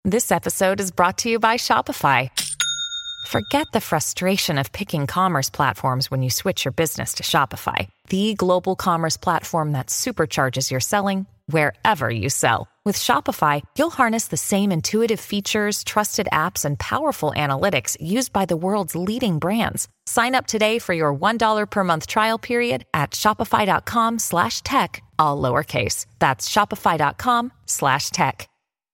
This episode is brought to you by Shopify. Forget the frustration of picking commerce platforms when you switch your business to Shopify, the global commerce platform that supercharges your selling wherever you sell. With Shopify, you'll harness the same intuitive features, trusted apps, and powerful analytics used by the world's leading brands. Sign up today for your $1 per month trial period at shopify.com/tech, all lowercase. That's shopify.com/tech.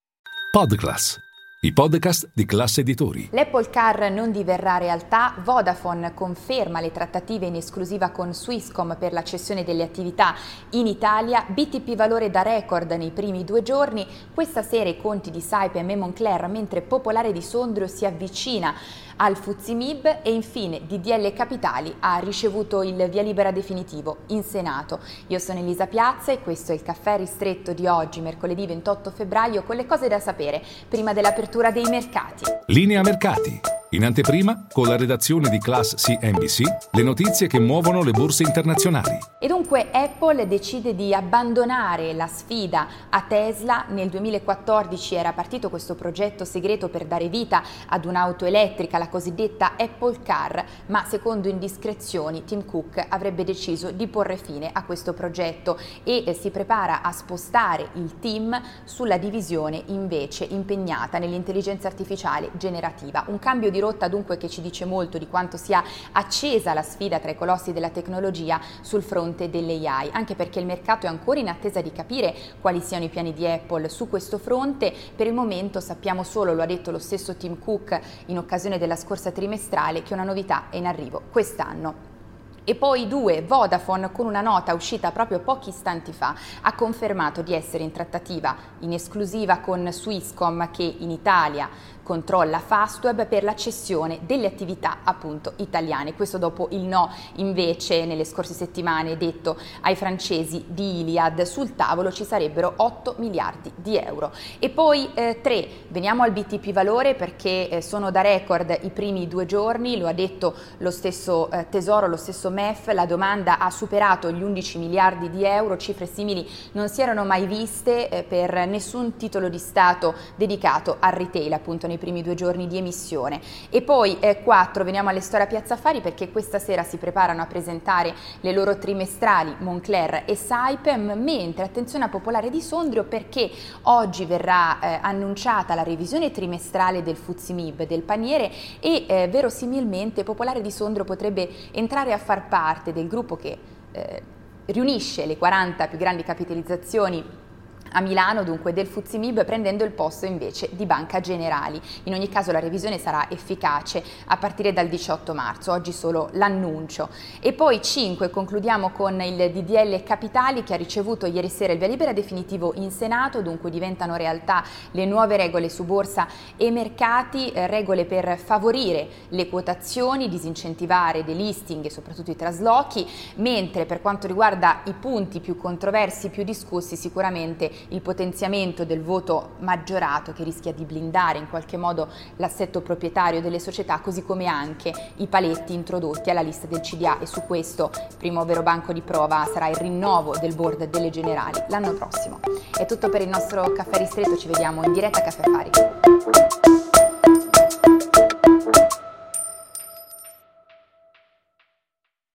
Podclass, i podcast di Class Editori. L'Apple Car non diverrà realtà, Vodafone conferma le trattative in esclusiva con Swisscom per la cessione delle attività in Italia, BTP valore da record nei primi 2 giorni, questa sera i conti di Saipem e Moncler, mentre Popolare di Sondrio si avvicina al FTSE MIB e infine DDL Capitali ha ricevuto il via libera definitivo in Senato. Io sono Elisa Piazza e questo è il caffè ristretto di oggi, mercoledì 28 febbraio, con le cose da sapere prima dell'apertura dei mercati. Linea mercati. In anteprima, con la redazione di Class CNBC, le notizie che muovono le borse internazionali. E dunque Apple decide di abbandonare la sfida a Tesla. Nel 2014 era partito questo progetto segreto per dare vita ad un'auto elettrica, la cosiddetta Apple Car, ma secondo indiscrezioni Tim Cook avrebbe deciso di porre fine a questo progetto e si prepara a spostare il team sulla divisione invece impegnata nell'intelligenza artificiale generativa. Un cambio di rotta dunque che ci dice molto di quanto sia accesa la sfida tra i colossi della tecnologia sul fronte dell'AI, anche perché il mercato è ancora in attesa di capire quali siano i piani di Apple su questo fronte. Per il momento sappiamo solo, lo ha detto lo stesso Tim Cook in occasione della scorsa trimestrale, che una novità è in arrivo quest'anno. E poi Vodafone, con una nota uscita proprio pochi istanti fa, ha confermato di essere in trattativa in esclusiva con Swisscom, che in Italia controlla Fastweb, per la cessione delle attività appunto italiane. Questo dopo il no invece nelle scorse settimane detto ai francesi di Iliad. Sul tavolo ci sarebbero 8 miliardi di euro. E poi 3, veniamo al BTP valore perché sono da record i primi 2 giorni, lo ha detto lo stesso Tesoro, lo stesso MEF, la domanda ha superato gli 11 miliardi di euro, cifre simili non si erano mai viste per nessun titolo di Stato dedicato al retail appunto nei primi 2 giorni di emissione. E poi 4, veniamo alle storie a Piazza Affari perché questa sera si preparano a presentare le loro trimestrali Moncler e Saipem, mentre attenzione a Popolare di Sondrio perché oggi verrà annunciata la revisione trimestrale del FTSE MIB, del paniere, e verosimilmente Popolare di Sondrio potrebbe entrare a far parte del gruppo che riunisce le 40 più grandi capitalizzazioni a Milano, dunque del FTSE MIB, prendendo il posto invece di Banca Generali. In ogni caso la revisione sarà efficace a partire dal 18 marzo, oggi solo l'annuncio. E poi 5, concludiamo con il DDL Capitali che ha ricevuto ieri sera il via libera definitivo in Senato, dunque diventano realtà le nuove regole su borsa e mercati, regole per favorire le quotazioni, disincentivare delisting e soprattutto i traslochi, mentre per quanto riguarda i punti più controversi, più discussi, sicuramente il potenziamento del voto maggiorato che rischia di blindare in qualche modo l'assetto proprietario delle società, così come anche i paletti introdotti alla lista del CDA, e su questo il primo vero banco di prova sarà il rinnovo del board delle generali l'anno prossimo. È tutto per il nostro caffè ristretto, ci vediamo in diretta a Caffè Affari.